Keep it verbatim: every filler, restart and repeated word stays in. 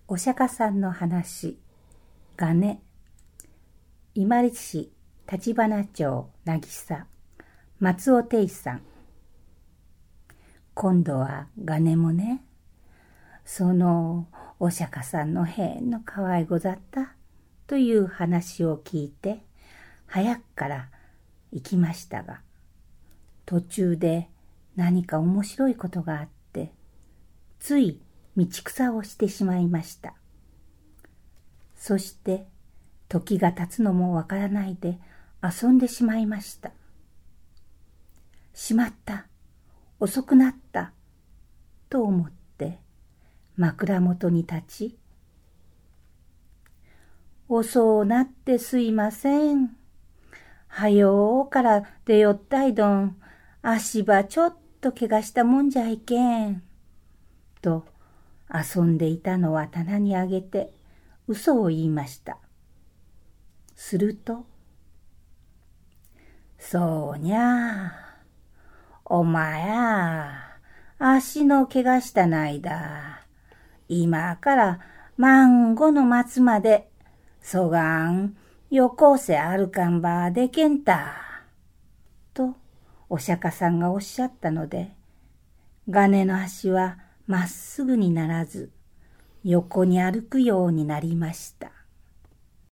お釈迦さんの話、がね、伊万里市立花町渚、松尾定さん。今度はがねもね、そのお釈迦さんのへんのかわいござったという話を聞いて、早くから行きましたが、途中で何か面白いことがあって、つい道草をしてしまいました。そして時が経つのもわからないで遊んでしまいました。しまった、遅くなった、と思って枕元に立ち、遅うなってすいません。はようから出よったいどん、足場ちょっと怪我したもんじゃいけん。と遊んでいたのは棚にあげて嘘を言いました。すると、そうにゃあ、お前あ、足の怪我したないだ。今から満後の末まで、そがん、よこせ歩かんばでけんた。と、お釈迦さんがおっしゃったので、がねの足はまっすぐにならず、横に歩くようになりました。